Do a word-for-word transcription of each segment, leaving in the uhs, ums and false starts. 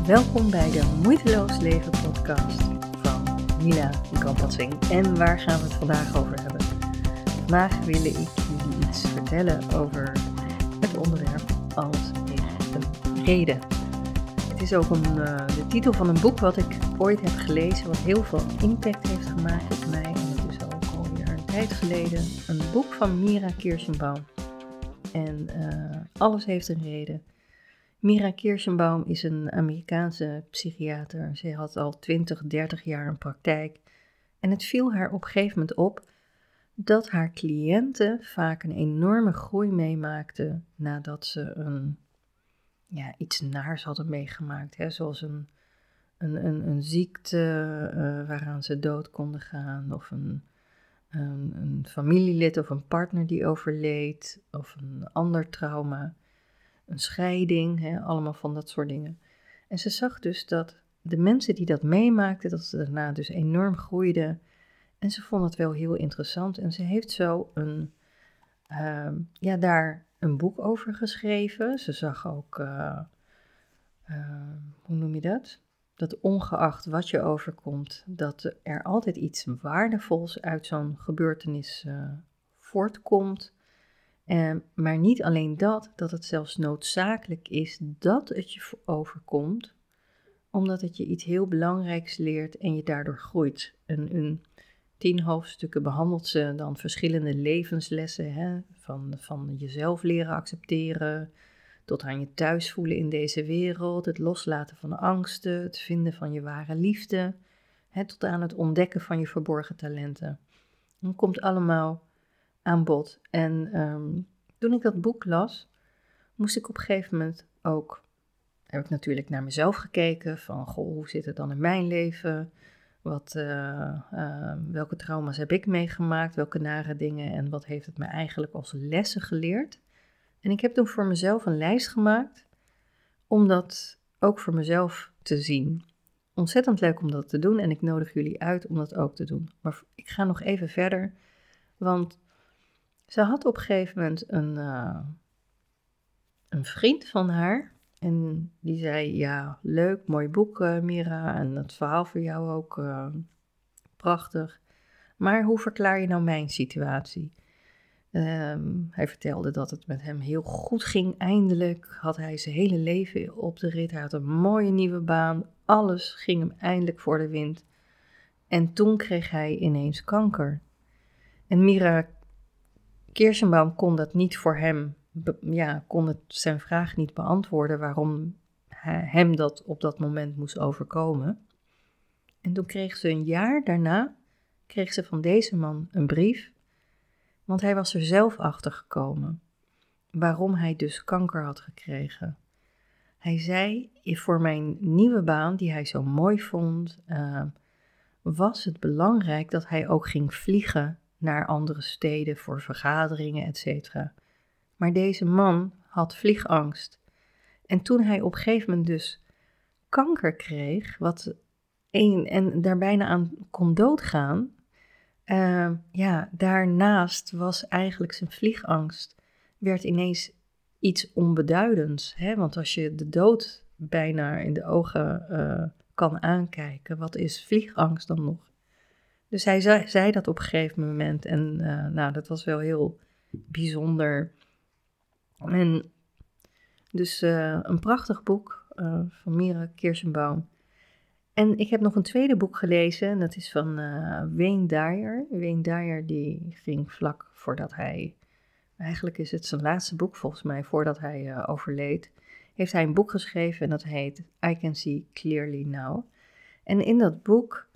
Welkom bij de Moeiteloos Leven podcast van Mila Kampatsing. En waar gaan we het vandaag over hebben? Vandaag wil ik jullie iets vertellen over het onderwerp alles heeft een reden. Het is ook een, uh, de titel van een boek wat ik ooit heb gelezen, wat heel veel impact heeft gemaakt op mij. En het is ook alweer een tijd geleden een boek van Mira Kirschenbaum. En uh, alles heeft een reden. Mira Kirschenbaum is een Amerikaanse psychiater. Ze had al twintig, dertig jaar een praktijk. En het viel haar op een gegeven moment op dat haar cliënten vaak een enorme groei meemaakten nadat ze een, ja, iets naars hadden meegemaakt. Hè? Zoals een, een, een, een ziekte uh, waaraan ze dood konden gaan, of een, een, een familielid of een partner die overleed, of een ander trauma. Een scheiding, hè, allemaal van dat soort dingen. En ze zag dus dat de mensen die dat meemaakten, dat ze daarna dus enorm groeiden. En ze vond het wel heel interessant. En ze heeft zo een, uh, ja, daar een boek over geschreven. Ze zag ook, uh, uh, hoe noem je dat? Dat ongeacht wat je overkomt, dat er altijd iets waardevols uit zo'n gebeurtenis uh, voortkomt. Uh, maar niet alleen dat, dat het zelfs noodzakelijk is dat het je overkomt, omdat het je iets heel belangrijks leert en je daardoor groeit. En in tien hoofdstukken behandelt ze dan verschillende levenslessen, hè, van, van jezelf leren accepteren, tot aan je thuis voelen in deze wereld, het loslaten van de angsten, het vinden van je ware liefde, hè, tot aan het ontdekken van je verborgen talenten. Dat komt allemaal aan bod. En um, toen ik dat boek las, moest ik op een gegeven moment ook, heb ik natuurlijk naar mezelf gekeken, van goh, hoe zit het dan in mijn leven? Wat, uh, uh, welke trauma's heb ik meegemaakt? Welke nare dingen? En wat heeft het me eigenlijk als lessen geleerd? En ik heb toen voor mezelf een lijst gemaakt, om dat ook voor mezelf te zien. Ontzettend leuk om dat te doen en ik nodig jullie uit om dat ook te doen. Maar ik ga nog even verder, want ze had op een gegeven moment een, uh, een vriend van haar en die zei, ja, leuk, mooi boek uh, Mira en het verhaal voor jou ook uh, prachtig, maar hoe verklaar je nou mijn situatie? Um, hij vertelde dat het met hem heel goed ging, eindelijk had hij zijn hele leven op de rit, hij had een mooie nieuwe baan, alles ging hem eindelijk voor de wind en toen kreeg hij ineens kanker. En Mira Kirschenbaum kon dat niet voor hem, be, ja, kon het zijn vraag niet beantwoorden waarom hij, hem dat op dat moment moest overkomen. En toen kreeg ze een jaar daarna, kreeg ze van deze man een brief, want hij was er zelf achter gekomen waarom hij dus kanker had gekregen. Hij zei, voor mijn nieuwe baan, die hij zo mooi vond, uh, was het belangrijk dat hij ook ging vliegen naar andere steden voor vergaderingen, et cetera. Maar deze man had vliegangst. En toen hij op een gegeven moment dus kanker kreeg, wat een, en daar bijna aan kon doodgaan, uh, ja, daarnaast was eigenlijk zijn vliegangst, werd ineens iets onbeduidends. Hè? Want als je de dood bijna in de ogen uh, kan aankijken, wat is vliegangst dan nog? Dus hij zei, zei dat op een gegeven moment en uh, nou, dat was wel heel bijzonder. En dus uh, een prachtig boek uh, van Mira Kirschenbaum. En ik heb nog een tweede boek gelezen en dat is van uh, Wayne Dyer. Wayne Dyer die ging vlak voordat hij, eigenlijk is het zijn laatste boek volgens mij, voordat hij uh, overleed, heeft hij een boek geschreven en dat heet I Can See Clearly Now. En in dat boek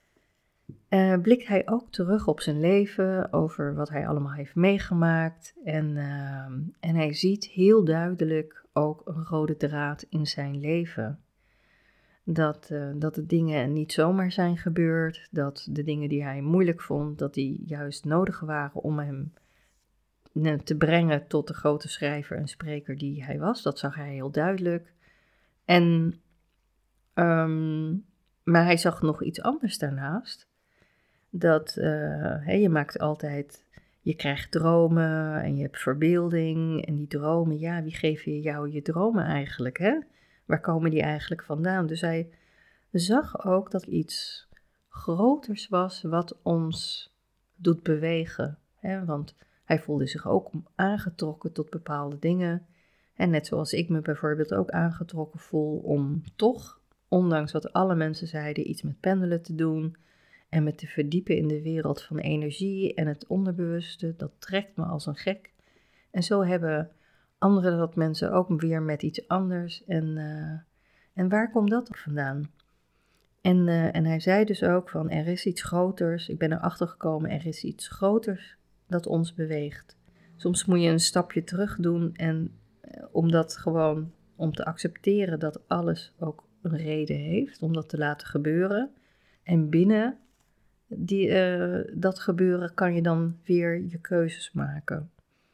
Uh, blikt hij ook terug op zijn leven, over wat hij allemaal heeft meegemaakt. En, uh, en hij ziet heel duidelijk ook een rode draad in zijn leven. Dat, uh, dat de dingen niet zomaar zijn gebeurd, dat de dingen die hij moeilijk vond, dat die juist nodig waren om hem te brengen tot de grote schrijver en spreker die hij was. Dat zag hij heel duidelijk. En, um, maar hij zag nog iets anders daarnaast. Dat uh, hey, je maakt altijd, je krijgt dromen en je hebt verbeelding. En die dromen, ja, wie geeft je jou je dromen eigenlijk, hè? waar komen die eigenlijk vandaan? Dus hij zag ook dat iets groters was wat ons doet bewegen. Hè? Want hij voelde zich ook aangetrokken tot bepaalde dingen. En net zoals ik me bijvoorbeeld ook aangetrokken voel om toch, ondanks wat alle mensen zeiden, iets met pendelen te doen. En me te verdiepen in de wereld van energie en het onderbewuste. Dat trekt me als een gek. En zo hebben andere dat mensen ook weer met iets anders. En, uh, en waar komt dat vandaan? En, uh, en hij zei dus ook van er is iets groters. Ik ben erachter gekomen, er is iets groters dat ons beweegt. Soms moet je een stapje terug doen en uh, om dat gewoon, om te accepteren dat alles ook een reden heeft. Om dat te laten gebeuren. En binnen die, uh, dat gebeuren kan je dan weer je keuzes maken.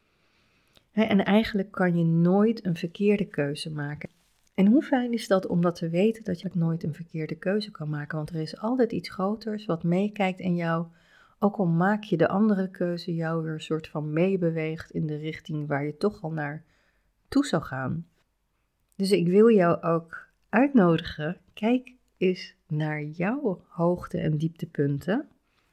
He, en eigenlijk kan je nooit een verkeerde keuze maken. En hoe fijn is dat om dat te weten, dat je nooit een verkeerde keuze kan maken. Want er is altijd iets groters wat meekijkt in jou. Ook al maak je de andere keuze jou weer een soort van meebeweegt in de richting waar je toch al naar toe zou gaan. Dus ik wil jou ook uitnodigen, kijk eens naar jouw hoogte- en dieptepunten.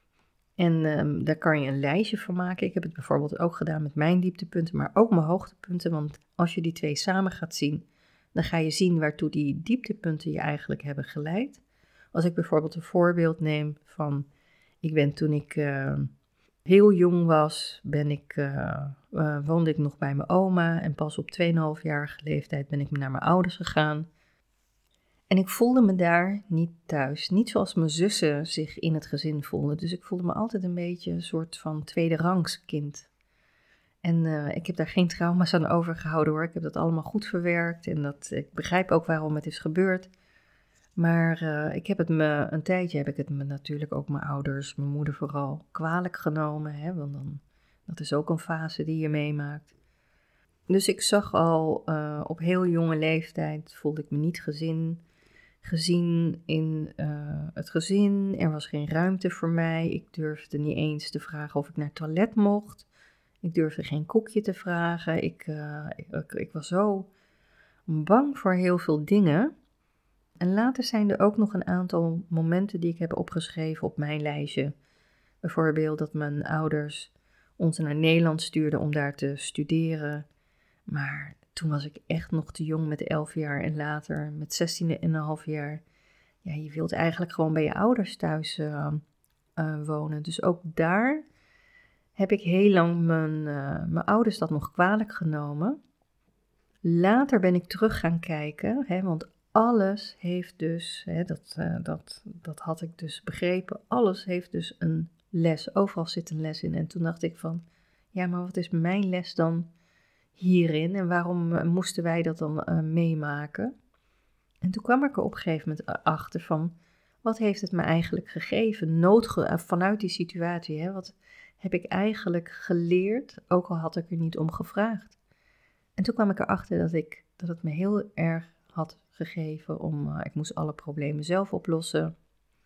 En um, daar kan je een lijstje van maken. Ik heb het bijvoorbeeld ook gedaan met mijn dieptepunten, maar ook mijn hoogtepunten. Want als je die twee samen gaat zien, dan ga je zien waartoe die dieptepunten je eigenlijk hebben geleid. Als ik bijvoorbeeld een voorbeeld neem van, ik ben toen ik uh, heel jong was, ben ik, uh, uh, woonde ik nog bij mijn oma. En pas op twee komma vijf-jarige leeftijd ben ik naar mijn ouders gegaan. En ik voelde me daar niet thuis. Niet zoals mijn zussen zich in het gezin voelden. Dus ik voelde me altijd een beetje een soort van tweederangs kind. En uh, ik heb daar geen trauma's aan overgehouden hoor. Ik heb dat allemaal goed verwerkt. En dat, ik begrijp ook waarom het is gebeurd. Maar uh, ik heb het me, een tijdje heb ik het me natuurlijk ook mijn ouders, mijn moeder vooral, kwalijk genomen. Hè? Want dan, dat is ook een fase die je meemaakt. Dus ik zag al uh, op heel jonge leeftijd, voelde ik me niet gezin, gezien in uh, het gezin. Er was geen ruimte voor mij. Ik durfde niet eens te vragen of ik naar het toilet mocht. Ik durfde geen koekje te vragen. Ik, uh, ik, ik was zo bang voor heel veel dingen. En later zijn er ook nog een aantal momenten die ik heb opgeschreven op mijn lijstje. Bijvoorbeeld dat mijn ouders ons naar Nederland stuurden om daar te studeren. Maar toen was ik echt nog te jong met elf jaar en later met zestien en een half jaar. Ja, je wilt eigenlijk gewoon bij je ouders thuis uh, uh, wonen. Dus ook daar heb ik heel lang mijn, uh, mijn ouders dat nog kwalijk genomen. Later ben ik terug gaan kijken, hè, want alles heeft dus, hè, dat, uh, dat, dat had ik dus begrepen, alles heeft dus een les. Overal zit een les in. En toen dacht ik van, ja, maar wat is mijn les dan hierin en waarom uh, moesten wij dat dan uh, meemaken? En toen kwam ik er op een gegeven moment achter van, wat heeft het me eigenlijk gegeven? Noodge- uh, vanuit die situatie, hè, wat heb ik eigenlijk geleerd, ook al had ik er niet om gevraagd. En toen kwam ik erachter dat, ik, dat het me heel erg had gegeven om, uh, ik moest alle problemen zelf oplossen.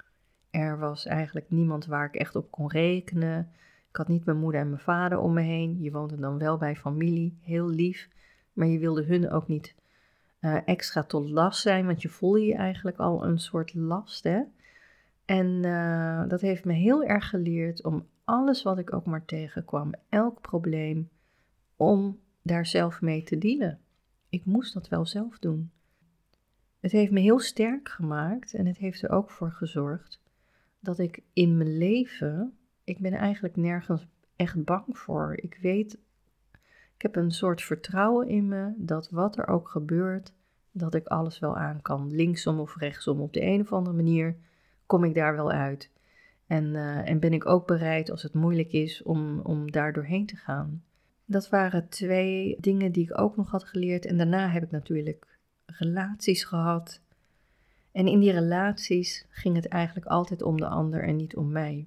Er was eigenlijk niemand waar ik echt op kon rekenen. Ik had niet mijn moeder en mijn vader om me heen. Je woonde dan wel bij familie, heel lief. Maar je wilde hun ook niet uh, extra tot last zijn, want je voelde je eigenlijk al een soort last, hè. En uh, dat heeft me heel erg geleerd om alles wat ik ook maar tegenkwam, elk probleem, om daar zelf mee te dealen. Ik moest dat wel zelf doen. Het heeft me heel sterk gemaakt en het heeft er ook voor gezorgd dat ik in mijn leven, ik ben eigenlijk nergens echt bang voor. Ik weet, ik heb een soort vertrouwen in me dat wat er ook gebeurt, dat ik alles wel aan kan. Linksom of rechtsom, op de een of andere manier kom ik daar wel uit. En, uh, en ben ik ook bereid als het moeilijk is om, om daar doorheen te gaan. Dat waren twee dingen die ik ook nog had geleerd. En daarna heb ik natuurlijk relaties gehad. En in die relaties ging het eigenlijk altijd om de ander en niet om mij.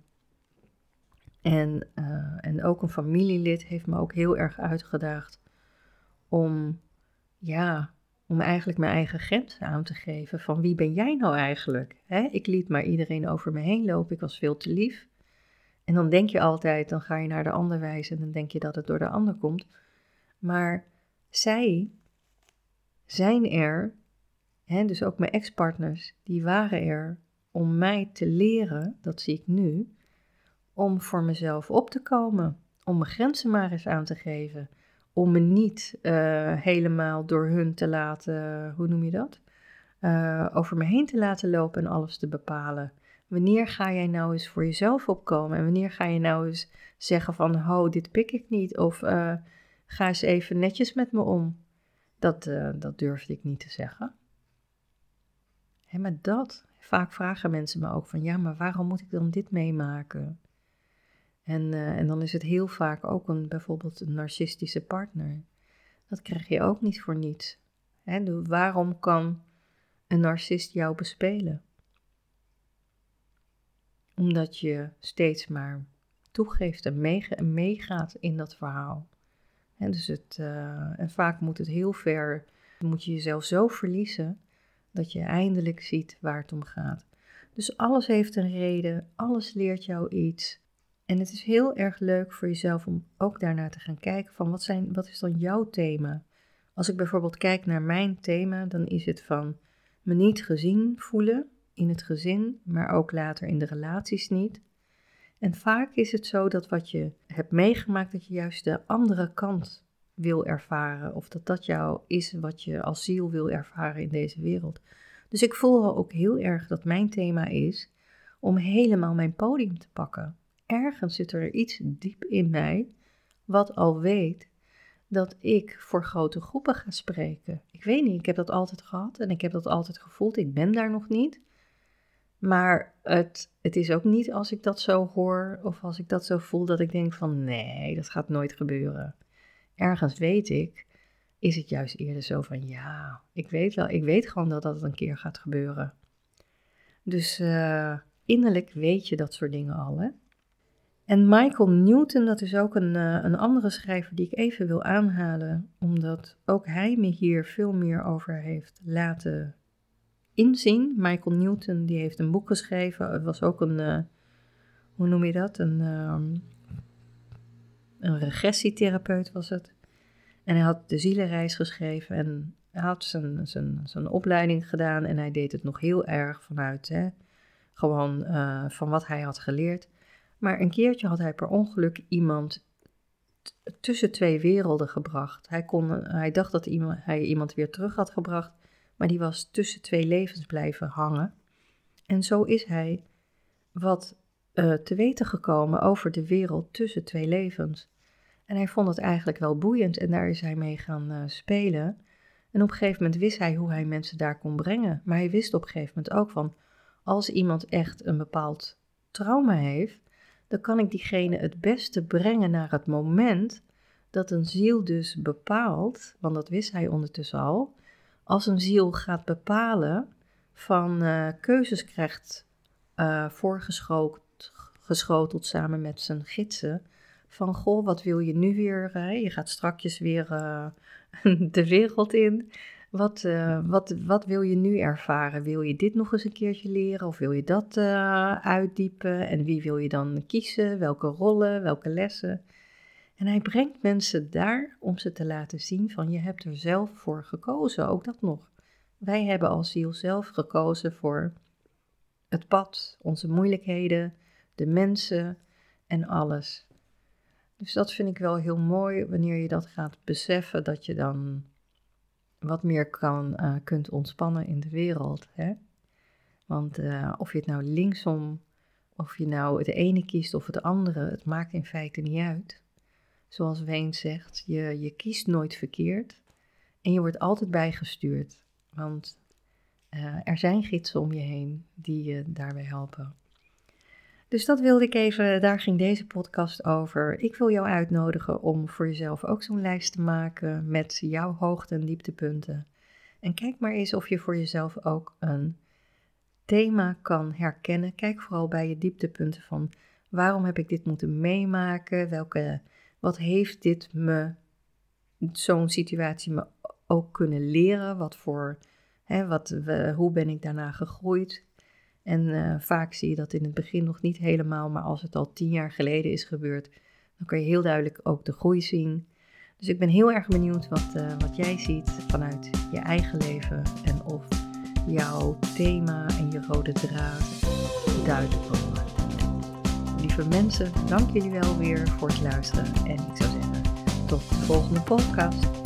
En, uh, en ook een familielid heeft me ook heel erg uitgedaagd om, ja, om eigenlijk mijn eigen grenzen aan te geven. Van wie ben jij nou eigenlijk? Hè? Ik liet maar iedereen over me heen lopen. Ik was veel te lief. En dan denk je altijd, dan ga je naar de ander wijzen en dan denk je dat het door de ander komt. Maar zij zijn er, Hè, dus ook mijn ex-partners, die waren er om mij te leren, dat zie ik nu, om voor mezelf op te komen. Om mijn grenzen maar eens aan te geven. Om me niet uh, helemaal door hun te laten, hoe noem je dat? Uh, over me heen te laten lopen en alles te bepalen. Wanneer ga jij nou eens voor jezelf opkomen? En wanneer ga je nou eens zeggen van, ho, dit pik ik niet. Of uh, ga eens even netjes met me om. Dat, uh, dat durfde ik niet te zeggen. Hè, maar dat, vaak vragen mensen me ook van, ja, maar waarom moet ik dan dit meemaken? En, uh, en dan is het heel vaak ook een, bijvoorbeeld een narcistische partner. Dat krijg je ook niet voor niets. Hè, dus waarom kan een narcist jou bespelen? Omdat je steeds maar toegeeft en, meega- en meegaat in dat verhaal. En, dus het, uh, en vaak moet het heel ver, moet je jezelf zo verliezen, dat je eindelijk ziet waar het om gaat. Dus alles heeft een reden, alles leert jou iets. En het is heel erg leuk voor jezelf om ook daarnaar te gaan kijken van wat, zijn, wat is dan jouw thema? Als ik bijvoorbeeld kijk naar mijn thema, dan is het van me niet gezien voelen in het gezin, maar ook later in de relaties niet. En vaak is het zo dat wat je hebt meegemaakt, dat je juist de andere kant wil ervaren. Of dat dat jou is wat je als ziel wil ervaren in deze wereld. Dus ik voel ook heel erg dat mijn thema is om helemaal mijn podium te pakken. Ergens zit er iets diep in mij wat al weet dat ik voor grote groepen ga spreken. Ik weet niet, ik heb dat altijd gehad en ik heb dat altijd gevoeld. Ik ben daar nog niet. Maar het, het is ook niet als ik dat zo hoor of als ik dat zo voel dat ik denk van nee, dat gaat nooit gebeuren. Ergens weet ik, is het juist eerder zo van ja, ik weet wel, ik weet gewoon dat dat een keer gaat gebeuren. Dus uh, innerlijk weet je dat soort dingen al, hè. En Michael Newton, dat is ook een, uh, een andere schrijver die ik even wil aanhalen, omdat ook hij me hier veel meer over heeft laten inzien. Michael Newton, die heeft een boek geschreven, het was ook een, uh, hoe noem je dat, een, um, een regressietherapeut was het. En hij had de zielenreis geschreven en hij had zijn, zijn, zijn opleiding gedaan en hij deed het nog heel erg vanuit, hè, gewoon uh, van wat hij had geleerd. Maar een keertje had hij per ongeluk iemand t- tussen twee werelden gebracht. Hij, kon, hij dacht dat iemand, hij iemand weer terug had gebracht, maar die was tussen twee levens blijven hangen. En zo is hij wat uh, te weten gekomen over de wereld tussen twee levens. En hij vond het eigenlijk wel boeiend en daar is hij mee gaan uh, spelen. En op een gegeven moment wist hij hoe hij mensen daar kon brengen. Maar hij wist op een gegeven moment ook van, als iemand echt een bepaald trauma heeft, dan kan ik diegene het beste brengen naar het moment dat een ziel dus bepaalt, want dat wist hij ondertussen al, als een ziel gaat bepalen van uh, keuzes krijgt uh, voorgeschoteld geschoteld samen met zijn gidsen, van goh, wat wil je nu weer, uh, je gaat strakjes weer uh, de wereld in, wat, uh, wat, wat wil je nu ervaren? Wil je dit nog eens een keertje leren of wil je dat uh, uitdiepen? En wie wil je dan kiezen? Welke rollen, welke lessen? En hij brengt mensen daar om ze te laten zien van je hebt er zelf voor gekozen, ook dat nog. Wij hebben als ziel zelf gekozen voor het pad, onze moeilijkheden, de mensen en alles. Dus dat vind ik wel heel mooi wanneer je dat gaat beseffen, dat je dan wat meer kan, uh, kunt ontspannen in de wereld. Hè? Want uh, of je het nou linksom, of je nou het ene kiest of het andere, het maakt in feite niet uit. Zoals Wayne zegt, je, je kiest nooit verkeerd en je wordt altijd bijgestuurd. Want uh, er zijn gidsen om je heen die je daarbij helpen. Dus dat wilde ik even, daar ging deze podcast over. Ik wil jou uitnodigen om voor jezelf ook zo'n lijst te maken met jouw hoogte- en dieptepunten. En kijk maar eens of je voor jezelf ook een thema kan herkennen. Kijk vooral bij je dieptepunten van waarom heb ik dit moeten meemaken? Welke, wat heeft dit me, zo'n situatie me ook kunnen leren? Wat voor, hè, wat, we, hoe ben ik daarna gegroeid? En uh, vaak zie je dat in het begin nog niet helemaal, maar als het al tien jaar geleden is gebeurd, dan kan je heel duidelijk ook de groei zien. Dus ik ben heel erg benieuwd wat, uh, wat jij ziet vanuit je eigen leven en of jouw thema en je rode draad duidelijk worden. Lieve mensen, dank jullie wel weer voor het luisteren en ik zou zeggen tot de volgende podcast.